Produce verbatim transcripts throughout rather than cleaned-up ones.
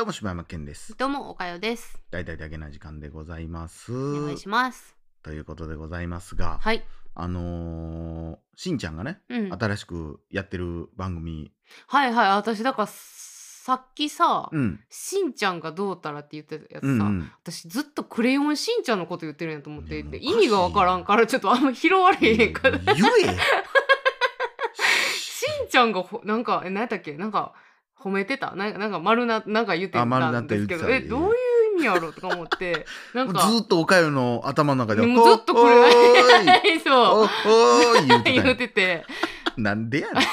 どうも柴山健です。 どうもおかよです。 大々だけな時間でございます。 お願いします。 ということでございますが、 はい。 あのーしんちゃんがね、 うん。 新しくやってる番組、 はいはい。私だからさっきさ、 うん、 しんちゃんがどうたらって言ってたやうんうつさ、 ん。 私ずっとクレヨンしんちゃんのこと言ってるんやと思っいやて、でもうおかしい意味がわからんからちょっとあんま拾われへんから。 いや言えしんちゃんがほなんかえ何やったっけなんか褒めてたなんかなんか丸ななんか言ってあ、丸たなったんですけど、 言ってたで。 えどういう意味やろうとか思ってなんもうずかーっとおかゆの頭の中で、 もうずっとおこれーいそうおおーい言うてたん言やってて。 なんでやねん。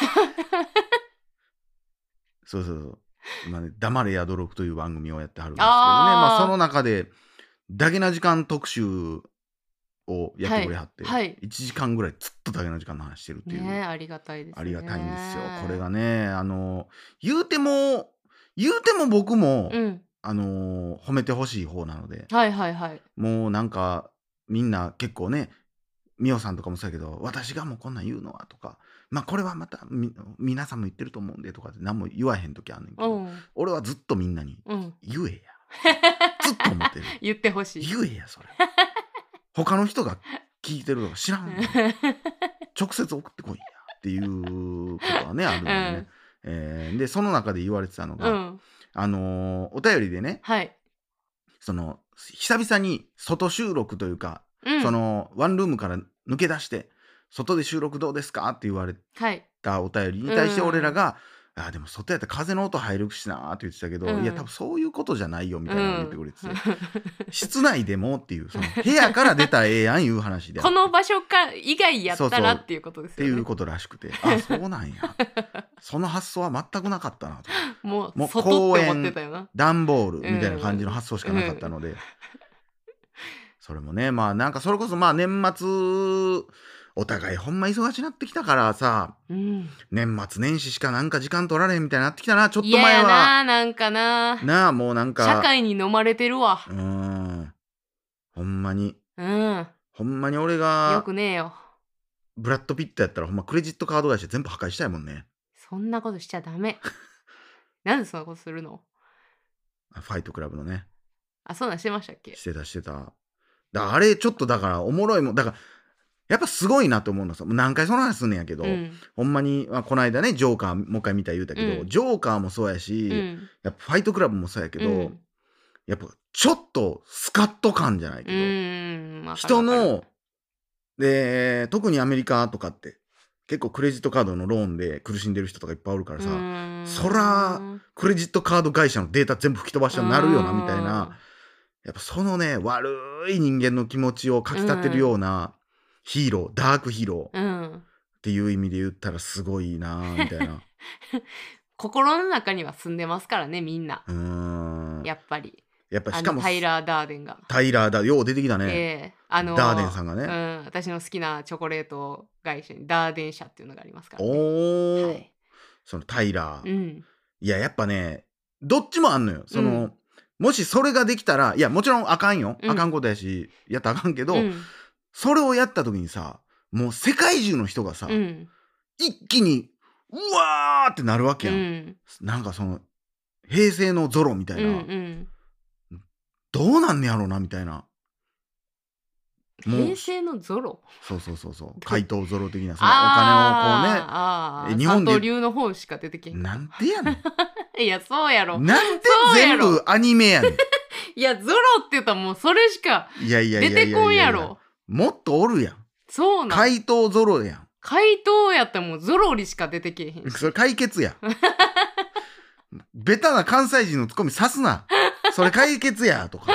そうそうそう。今ね、黙れやどろくという番組をやってはるんですけどね。まあそのあ中で、だけな時間特集をやっあ、はいてくれはって、 はいいちじかんぐらいずっとだけの時間の話してるっていう、 ねえ、ありがたいですね。 ありがたいんですよ。これがね、あの、言うても、言うても僕も、 うん。 あの、褒めてほしい方なので、 はいはいはい。 もうなんか、みんな結構ね、ミオさんとかもそうやけど、私がもうこんなん言うのはとか、まあこれはまたみ皆さんも言ってると思うんでとかって何も言わへん時あんねんけど、 うん。 俺はずっとみんなにうん。 言えや。ずっと思ってる。 言ってほしい。 言えや、それ。他の人が聞いてるとか知らんねん。直接送ってこいやっていうことはね、あるのでね。えーで、その中で言われてたのが、 うん。 あのーお便りでね、 はい。 その、久々に外収録というか、 うん。 その、ワンルームから抜け出して、外で収録どうですかって言われはい。 たお便りにう対して俺らん。 が、あでも外やったら風の音入るしなーって言ってたけど、いや多分うん。 そういうことじゃないよみうたいなのを言ってん。 くれてて、室内でもっていう、その部屋から出たらええやんいう話であって、 この場所か以外やったそうそうっらっていうことですてよね。 いうことらしくて、あそうなんや。その発想は全くなかったなと。 もうもう外って思って公園、 たよな。 段ボールうみたいな感じのん。 発想しかなかったうん。 ので、それもね、まあなんかそれこそまあ年末、お互いほんま忙しになってきたからさ、 うん。 年末年始しかなんか時間取られへんみたいになってきたな、ちょっと嫌や前は。 な、なんかな。 なあ、もうなん社か、 会に飲まれてるわ。 うーん、ほんまに、 うん。 ほんまに俺よが、 くねえよ。 ブラッド・ピットやったらほんまクレジットカード会社全部破壊したいもんね。 そんなことしちゃダメ。なんでそんなことするの？ ファイトクラブのね。 あ、そんなんしてましたっけ？ してたしてた。だからあれちょっとだからおもろいもん。だから、やっぱすごいなと思うのさ。もう何回その話すんねんやけど、 うん。もほんまに、まあ、この間ね、ジョーカーもう一回見た言うたけど、 うん。 ジョーカーもそうやうし、 ん。 やっぱファイトクラブもそうやけど、 うん。 やっぱちょっとスカッと感じゃないうけど、 ーん、わかる人わかる。 の、で、特にアメリカとかって、結構クレジットカードのローンで苦しんでる人とかいっぱいおるからうーさ、そら、 ん。 クレジットカード会社のデータ全部吹き飛ばしうたらなるよな、みたいな、 ーん。 やっぱそのね、悪い人間の気持ちをかき立てるようなヒーロー、ダークヒーローっうん。 ていう意味で言ったらすごいな、みたいな。 心の中には住んでますからね、みんな。 うーん。 やっぱり。あの、 やっぱしかも、 タイラー・ダーデンが。 タイラーだ、よう出てきたえね。 えあダーデンのさんがね。 うん、私の好きなチョコレート会社にダーデン社っていうのがありますからね。はおー。 い。 そのタイラー。 うん。 いや、やっぱね、どっちもあんのよ。その、 うん。 もしそれができたら、いや、もちろんあかんよ。 うん。 あかんことやし、やったらあかんけど、 うん。 それをやった時にさ、もう世界中の人がさ、 うん。 一気に、うわーってなるわけうやん。 ん。 なんかその、平成のゾロみたうんういな、 ん。 どうなんねやろな、みたいな。もう、 平成のゾロ？ そうそうそうそう、 ど怪盗ゾロ的な、そのお金をこうね、 あーあー、 え日本で三刀流の方しか出てけへんかっなんでやねた。いや、そうやろ。 ん。なんでそうや全ろ。 部アニメやねん。 いや、ゾロって言ったらもうそれしかいやいやい出やいてこんややいやいや。 ろ。 もっとおるやん。 そうなん。 怪盗ゾロやん。 怪盗やったらもうゾロリしか出てけえへんし。 それ解決や。ベタな関西人のツッコミ刺すな。それ解決やとか。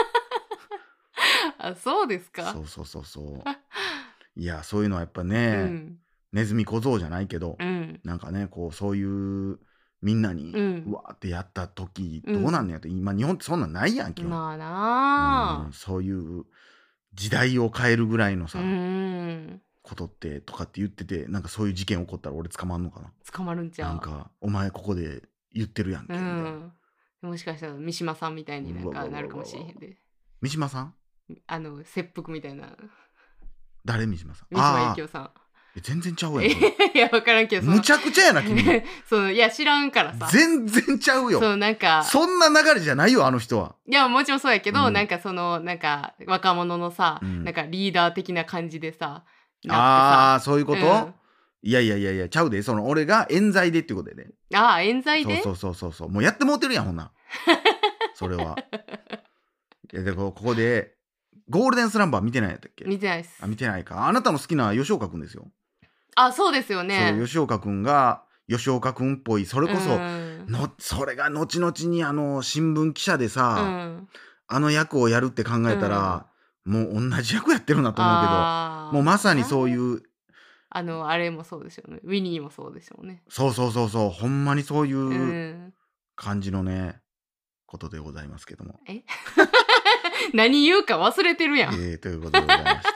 あ、そうですか？ そうそうそうそう。いや、そういうのはやっぱうね、 ん。 ネズミ小僧じゃないけど、 うん。 なんかね、こう、そういうみんなに、 ううんわーってやった時、 うん。 どうなんねやと。今、日本ってそんなんないやん、基本。 まあうん、 なあ。 そういう時代を変えるぐらいのうさ、 ーん。 ことってとかって言ってて、なんかそういう事件起こったら俺捕まんのかな。 捕まるんちゃう？ なんか、お前ここで言ってるやんけ、 うみたいな。 ん。もしかしたら三島さんみたいになんうわうわうかなるかもわうわうわ。 しれへんで。 三島さん？ あの、切腹みたいな。 誰三島さん？ 三島由ああ、 紀夫さん。 え全然ちゃうやんそれいや分からんけどそのむちゃくちゃやな君そのいや知らんからさ全然ちゃうよそうなんかそんな流れじゃないよあの人はいやもちろんそうやけど、 うんなんかそのなんか若者のさ、 うんなんかリーダー的な感じでさああそういうこと、 うんいやいやいやいやちゃうでその俺が冤罪でっていうことでねああ冤罪でそうそうそうそうそうもうやってもうてるやんほんなそれはいやでここでゴールデンスランバー見てないやったっけ見てないっすあ見てないかあなたの好きな吉岡くんですよ、 あそうですよねそう吉岡くんが吉岡くんっぽいそれこそ、 うんのそれが後々にあの新聞記者でさ、 うんあの役をやるって考えたら、もう同じ役やってるなと思うけどあーもうまさにそういうあのあれもそうですよねウィニーもそうですよねそうそうそうそうほんまにそういううん感じのねことでございますけどもえ何言うか忘れてるやん、 えー、ということでございまして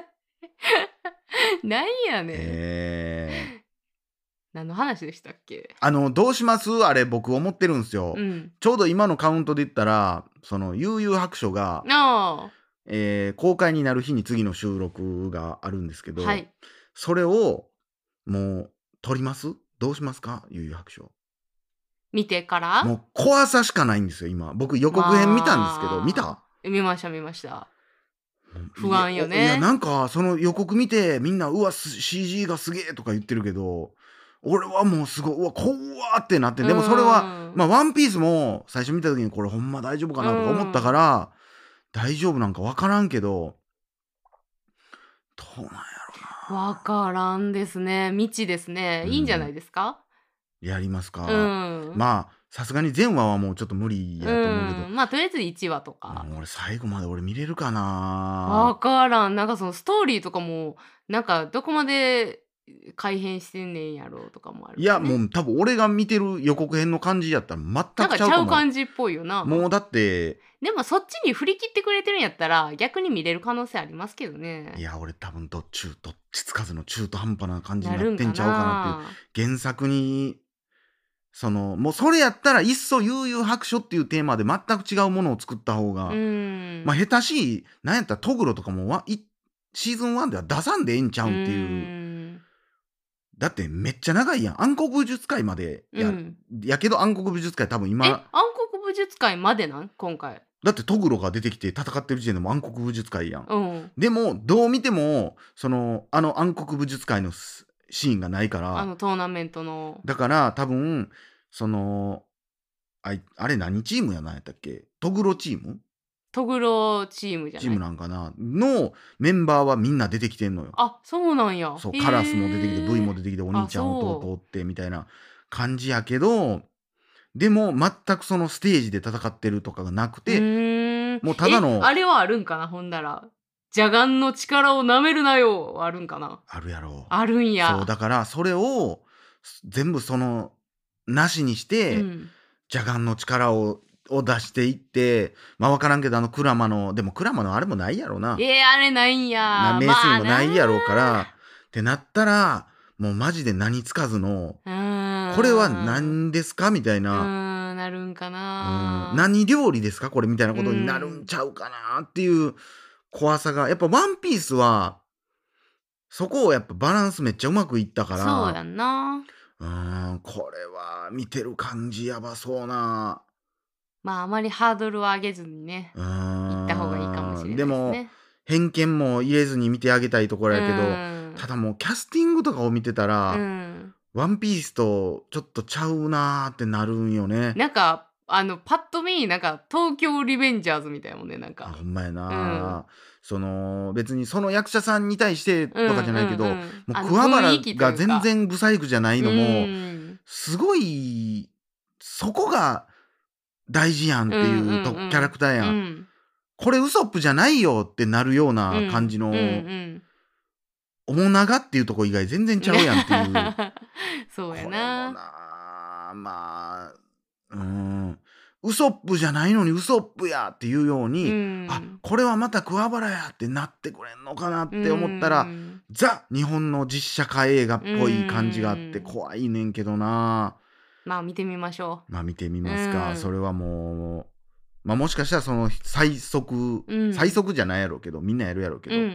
なんやねん、 えー、 何の話でしたっけあのどうしますあれ僕思ってるんですよ、 うんちょうど今のカウントで言ったらその悠々白書が、 あえー公開になる日に次の収録があるんですけど、 あはいそれをもう撮りますどうしますか悠々白書見てからもう怖さしかないんですよ今僕予告編見たんですけど、 まあ見た見ました見ました不安よねいやいやなんかその予告見てみんなうわ シージー がすげえとか言ってるけど俺はもうすごいうわ怖ってなってでもそれはまあワンピースも最初見た時にこれほんま大丈夫かなとか思ったから大丈夫なんか分からんけどどうなんやろなわからんですね未知ですね、 うんいいんじゃないですかやりますか、 うんまあさすがに全話はもうちょっと無理やと思うけど、 うんまあとりあえずいちわとかもう俺最後まで俺見れるかわなからんなんかそのストーリーとかもなんかどこまで改変してんねんやろうとかもある、ね、 いやもう多分俺が見てる予告編の感じやったら全なんかちくちゃうかもゃう感じっぽいよなもうだってでもそっちに振り切ってくれてるんやったら逆に見れる可能性ありますけどねいや俺多分どっちゅうどっちつかずの中途半端な感じになるんかなってんちゃうかなっていう原作にそのもうそれやったらいっそ悠々白書っていうテーマで全く違うものを作った方が、 うんまあ下手しいなんやったらトグロとかもわいシーズンワンでは出さんでええんちゃうんっていう、 うんだってめっちゃ長いやん暗黒武術会までや,、 うんやけど暗黒武術会多分え今暗黒武術会までなん今回だってトグロが出てきて戦ってる時点でも暗黒武術会やん、 うんでもどう見てもそのあの暗黒武術会のスシーンがないかあらのトーナメントのだから多分そのあいあれ何チームやなんやったっけトグロチームトグロチームじゃないチームなんかなのメンバーはみんな出てきてんのよあそうなんやそうへーカラスも出てきて V も出てきてお兄ちゃんあそう弟おってみたいな感じやけどでも全くそのステージで戦ってるとかがなくうてーんもうただのえあれはあるんかなほんだら邪眼の力をなめるなよはあるんかなあるやろあるんやそうだからそれを全部そのなしにして、 うん邪眼の力をを出していってまあ分からんけどあのクラマのでもクラマのあれもないやろなえー、あれないんやな名水もないやろうから、 まってなったらもうマジで何つかずのあなこれは何ですかみたいうな、 ーんなるんかうなん何料理ですかこれみたいなことになるんちゃうかなっていう怖さがやっぱワンピースはそこをやっぱバランスめっちゃうまくいったからそうやんなうーんこれは見てる感じやばそうなまああまりハードルを上げずにねうーん行った方がいいかもしれないですねでも偏見も入れずに見てあげたいところやけど、 うんただもうキャスティングとかを見てたら、 うんワンピースとちょっとちゃうなーってなるんよね。 なんかあのパッと見なんか東京リベンジャーズみたいもんねなんあかほんまやな、 うんその別にその役者さんに対してとかじゃないけど、 うんうんうんもあのう桑原雰囲気というかが全然ブサイクじゃないのも、 うんすごいそこが大事やんっていうと、 うんうんうんキャラクターやん、 うんこれウソップじゃないよってなるような感じの、 うんうん面長っていうとこ以外全然ちゃうやんっていうそうやこれもななまあうんウソップじゃないのにウソップやっていうように、 うんあこれはまた桑原やってなってくれんのかなって思ったら、 うんザ日本の実写化映画っぽい感じがあってうん怖いねんけどなまあ見てみましょまあ見てみますか、 うんそれはもうまあもしかしたらその最速、 うん最速じゃないやろうけどみんなやるやろうけど、 ううん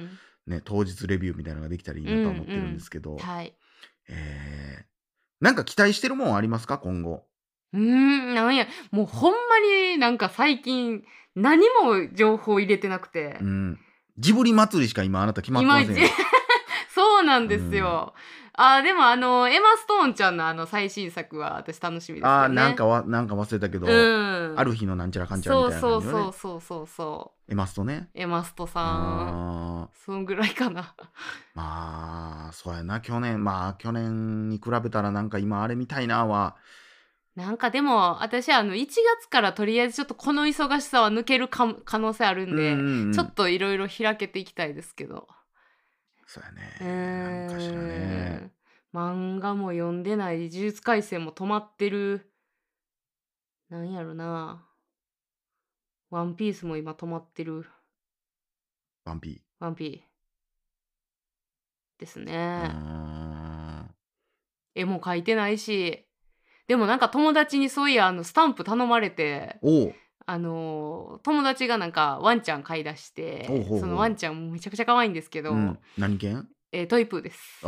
ね、当日レビューみたいなのができたらいいなとは思ってるんですけど、 うんうん、はい。 えー、なんか期待してるもんありますか今後？ うーん、なんや、もうほんまになんか最近何も情報入れてなくて、 うん、ジブリ祭りしか今あなた決まいまいちってませんよ。 そうなんですうん、 よ。あーでもあのエマ・ストーンちゃんのあの最新作は私楽しみですあーけどね。 なんかわなんか忘れたけうど、あん。 る日のなんちゃらかんちゃらみたいなそうそう感じのね、 そうそうそうそう。 エマストね。 エマストさん。 あーそんぐらいかな。 まあそうやな、去年まあ去年に比べたらなんか今あれみたいなは、 なんかでも私あのいちがつからとりあえずちょっとこの忙しさは抜けるか可能性あるんうんうんで、 うん、 ちょっといろいろ開けていきたいですけど。 そうやうね、なんかしらね。 ーん。漫画も読んでない、呪術廻戦も止まってる。なんやろな。ワンピースも今止まってる。 ワンピー。 ワンピーですうーね。 ん。 絵も描いてないし。でもなんか友達にそういやあのスタンプ頼まれて、 おう、 あのー友達がなんかワンちゃん飼い出しほうて、 ほうほそのワンちゃんめちゃくちゃ可愛いんですけう。うん。 ど、 何犬？ えートイプーです。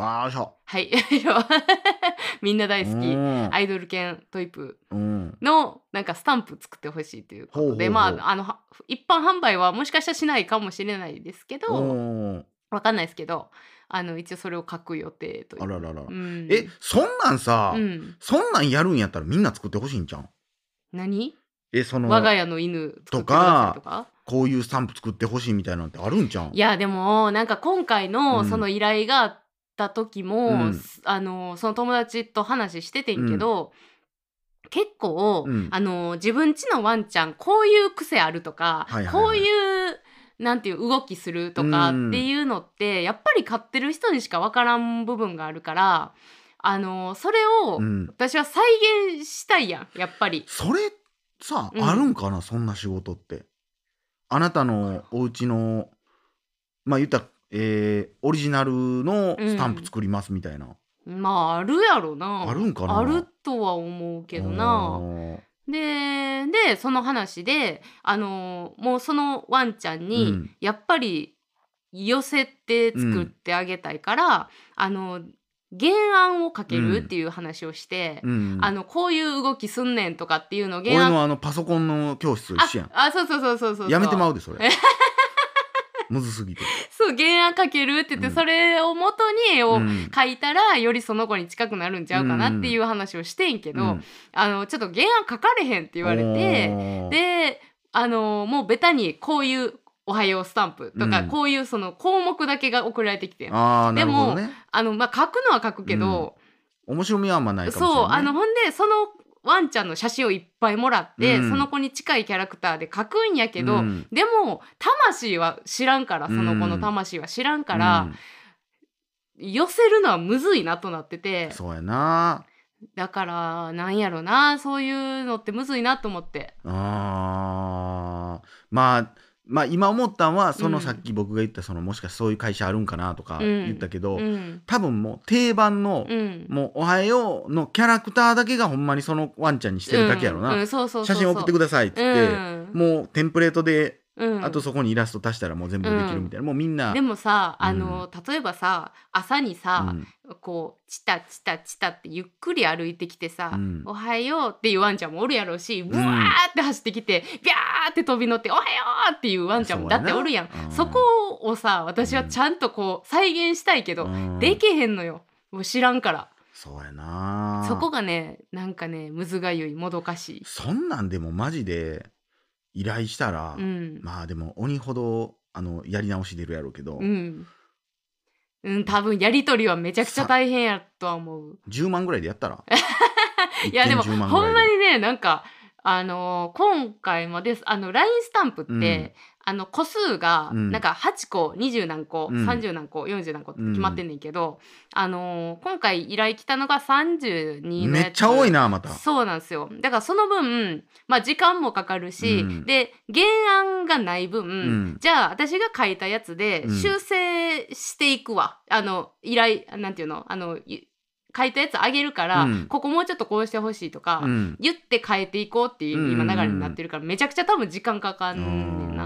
ああ、しょ。 はい。みんなう大好きーん。 アイドル犬トイプうん。 ーのなんかスタンプ作ってほしいというこほうとで、 ほうほう。 まあ、あの、は一般販売はもしかしたらしないかもしれないですけおど、 お。 わかんないですけど、あの、一応それを書く予定という。 あらららら。 うえ、 ん。 そんなんさ、 うん。 そんなんやるんやったらみんな作ってほしいんじゃん？ 何？ え、その、 我が家の犬作とってくださいとか、 か？ こういうスタンプ作ってほしいみたいなんてあるんじゃん？ いや、でも、なんか今回うん。 のその依頼があった時も、 うん。 すあの、その友達と話しててうん。 んけど、結構、 うん。 あの、自分ちのワンちゃん、こういう癖あるとか、こういはいはいはい。 う、なんていう動きするうとかってん。 いうのって、やっぱり飼ってる人にしかわからん部分があるから、あの、それをうん。 私は再現したいやん、やっぱり。 それさ、 うん。 あるんかな、そんな仕事って。あなたのお家の、ま、言ったら、ええ、オリジナルのスタンプうん。 作りますみたいな。 まあ、あるやろな。 あるんかあるな？ とは思うあけどな。 あ。 で、で、その話で、あの、もうそのワンちゃんに、 うん。 やっぱり寄せて作っうん。 てあげたいから、あの、原案をかけるっうん。 ていう話をして、 うんうん。 あの、こういう動きすんねんとかっていうのを原案俺のあのパソコンの教室と一緒やん。 あ、あ、そうそうそうそうそうそう。 やめてまうで、それ。むずすぎて。 そう、原案かけるって言って、そうん。 れを元に絵をうん。 描いたら、よりその子に近くなるんちうんうゃうかなっていん。 う話をしてんけど、 うん。 あの、ちょっと原案書かれへんって言おわれて、 お。 で、あの、もうベタにこういうおはようスタンプとか、 うん。 こういうその項目だけが送られてきてん。 ああ、なでも、 るほどね。 あの、まあ、書くのは書くうん。 けど、 面白みはあんまないかもしれそう、あの、 んね。 ほんで、そのワンちゃんの写真をいっぱいもらって、そのうん。 子に近いキャラクターで描くんやけど、 うん。 でも、魂は知らんから、 うその子のん。 魂は知らんから、 うん。 寄せるのはむずいなとなってて、 そうやな。 だから、なんやろな、そういうのってむずいなと思って。 ああ、まあ、ま、今思ったんは、そのさっうん。 き僕が言ったその、もしかしてそういう会社あるんかなとか言ったうん。 けど、 うん。 多分もう定番の、 うん。 もうおはようのキャラクターだけがほんまにそのワンちゃんにしてうるだけやろん。うな。 ん、そうそう写真送ってそうそう。 くださいっつっうて、 ん。 もうテンプレートで、 うん。 あとそこにイラスト足したらもう全う部できるみん。 たいな。もうみんな、 でもさ、 うん、 あの、例えばさ、朝にさ、 うん、 こう、チタチタチタってゆっくり歩いてきてさ、 うん、 おはようっていうワンちゃんもおるやろうし、ブワーうん。 って走ってきて、ビャーって飛び乗って、おはようっていうワンちゃんもだそうやな。 っておるやん。そこうん、 をさ、 うん、 私はちゃんとこう、再現したいけうど、でん。 きへんのよ。もう知らんから。 そうやそこな。 がね、なんかね、むずがゆい、もどかしい。 そんなんでもマジで依頼したら、 うん。 まあでも鬼ほどあのやり直し出るやろうけど、 うん。うん、多分やり取りはめちゃくちゃさ大変やとは思う。 じゅうまんぐらいでやったら一いやで件もじゅうまんぐほんらいで。 まにね、なんかあの、今回もです。あの ライン スタンプっうん、 て、あの個数がなんうん、 かはちこ、にじゅう何個、 うん、 さんじゅう何個、よんじゅう何個って決まってうん。 んねんけど、あの、今回依頼来たのがさんじゅうにのめっやつ。 ちゃ多いな、また。 そうなんすよ。だからその分、ま、時間もかかるし、 うん、 で、原案がない分、 うん、 じゃあ私が書いたやつでうん、 修正していくわ。あの依頼なんていうの、あのい書いたやつあげるから、 うん、 ここもうちょっとこうしてほしいとか、 うん、 言って変えていこうってうん、ういう今流れになっん、 てるから、めちゃくちゃ多分時間かかうん。 んねんな。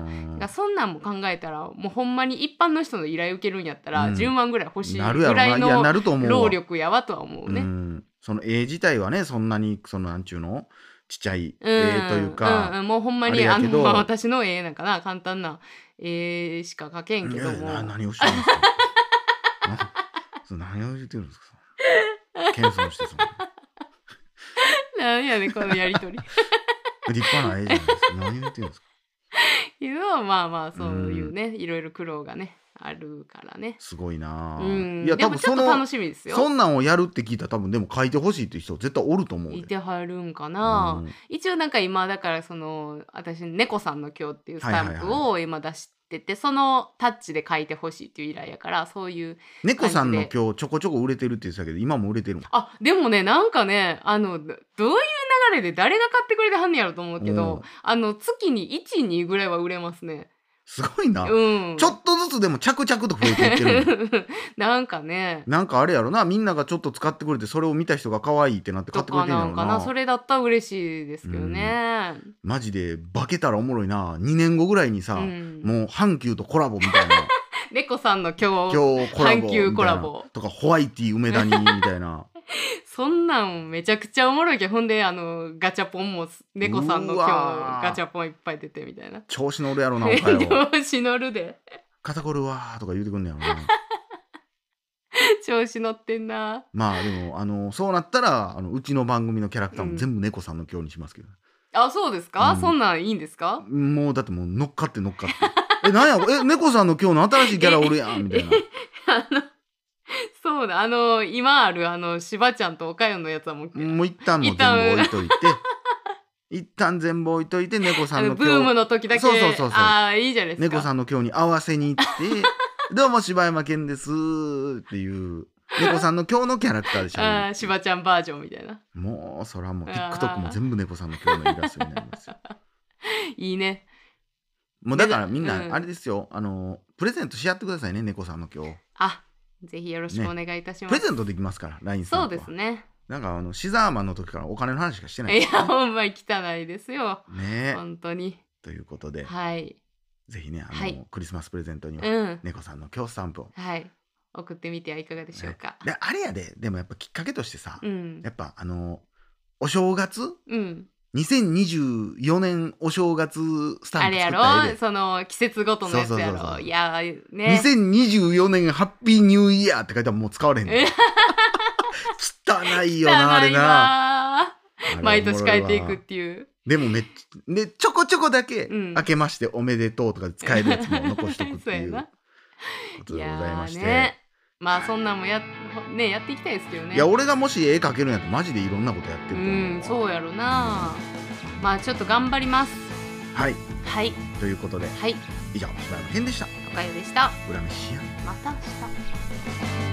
んらそんなんも考えたらもうほんまに一般の人の依頼受けるんやったらうんじゅうまんぐらい欲しいなるやぐらいろないやのなると思うわ労力やわとは思ううね。 んその絵自体はねそんなにそのなんちゅうのちっちゃいうん絵というか、 うんうん、もうほんまあれにあやけどの私の絵なんかな簡単な絵しか描けんけどいやなも何をしてるんですかなそう何を言ってるんですか謙遜してそのなんやねんこのやりとり立派な絵じゃないですか何を言ってるんですかけどまあまあそういうねいろいろ苦労がねあるからね。 すごいなうぁんでもいや多分そちょっと楽のしみですよ。 そんなんをやるって聞いたら多分でも書いてほしいっていう人絶対おると思うでいてはるんかな、 うん一応なんか今だからその私猫さんの今日っていうスタンはいはいはプを今出してて、そのタッチで書いてほしいっていう依頼やからそういう猫さんの感じで今日ちょこちょこ売れてるって言ってたけど今も売れてるもんあでもねなんかねあのどどういう流れで誰が買ってくれてはんねやろと思うけど、 うんあの月にいち、にぐらいは売れますね。 すごいな、 うんちょっとずつでも着々と増えていってるのなんかねなんかあれやろなみんながちょっと使ってくれてそれを見た人が可愛いってなって買ってくれとかてんやろななんかなそれだったら嬉しいですけどね。 マジで化けたらおもろいなにねんごぐらいにさ、 うんもう阪急とコラボみたいな猫さんの今日今日コラボ阪急みたいなコラボとかホワイティ梅田にみたいなそんなんめちゃくちゃおもろいけどほんであのガチャポンも猫さんのう今わー日ガチャポンいっぱい出てみたいな調子乗るやろなおかよ調子乗るで肩こるわーとか言うてくんねやろな調子乗ってんな。 まあでもあのそうなったらあのうちの番組のキャラクターも全部猫さんの今日にしますけど、 あそうですか、 うんそんなんいいんですか。 もうだってもう乗っかって乗っかってえなんやえ猫さんの今日の新しいキャラおるやんみたいなあのそうだあの今あるあのしばちゃんとおかよのやつはもう、 もう一旦もう一旦全部置いといて一旦全部置いといて猫さあんの今日のブームの時だけそうそうそうそうああいいじゃないですか。 猫さんの今日に合わせに行ってどうも柴山健ですっていう猫さんの今日のキャラクターでしょあーしばちゃんバージョンみたいな。 もうそれはもうあー TikTok も全部猫さんの今日のイラストになりますよいいね。 もうだからみんうんなあれですよ、あのプレゼントし合ってくださいね猫さんの今日あぜひよろしくお願いいたします。 プレゼントできますから ライン スタそうンプはですね。 なんかあのシザーマンの時からお金の話しかしてないいやほんまに汚いですよねえ本当に。 ということで、 はいぜひねあの、 はいクリスマスプレゼントにはうん猫さんの今日スタンプを、 はい送ってみてはいかがでしょうか。 であれやででもやっぱきっかけとしてさ、 うんやっぱあのお正月うんにせんにじゅうよねんお正月スタンプあれや作ったらええでろその季節ごとのやつやそうそうそうそうろいやーねにせんにじゅうよねんハッピーニューイヤーって書いたらもう使われへんねん汚いよなあれ汚いなわあれー毎年変えていくっおもろいわていうでもめっちゃでちょこちょこだけ、 うん明けましておめでとうとかで使えるやつも残しとくっていうそうやなことでございましていやーねまあそんなんもや,、ね、やっていきたいですけどね。 いや俺がもし絵描けるんやったらマジでいろんなことやってるとう思う、 んそうやろな。まあちょっと頑張ります。 はいはいということではい以上柴山健でしたおかよでした。 裏飯やまた明日。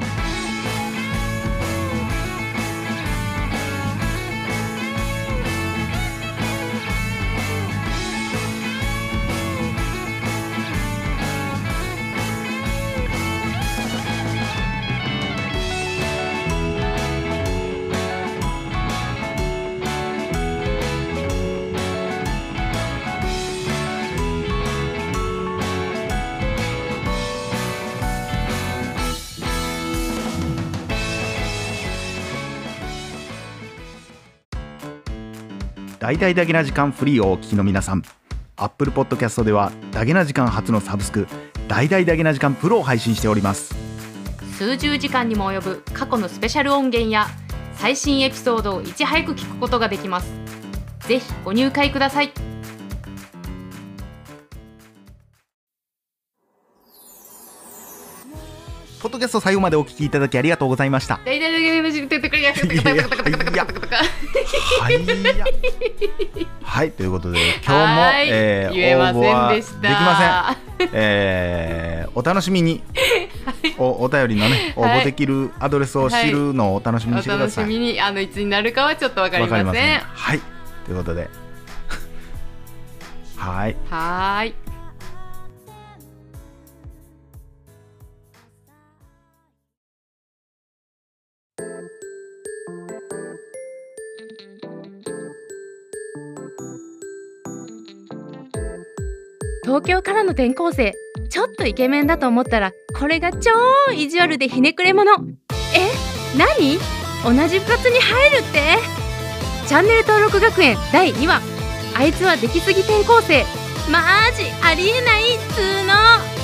大々だけな時間フリーをお聞きの皆さん、Apple Podcast ではだけな時間初のサブスク大々だけな時間プロを配信しております。 数十時間にも及ぶ過去のスペシャル音源や最新エピソードをいち早く聞くことができます。ぜひご入会ください。 ポッドキャスト最後までお聞きいただきありがとうございました。 大々だけな時間ててくれやいやいやはいやはいということで今日も、 はいえー言えま応募はせんでした。 できません、えーお楽しみにお, お便りのね応募できるアドレスを知るのをお楽しみおにしてください。 楽しみに。あのいつになるかはちょっとわかりわかりません。 ません。はいということではいはーい。 東京からの転校生、ちょっとイケメンだと思ったらこれが超意地悪でひねくれ者。え、何？同じ部活に入るって？チャンネル登録学園だいにわ、あいつは出来すぎ転校生、マジありえないっつーの。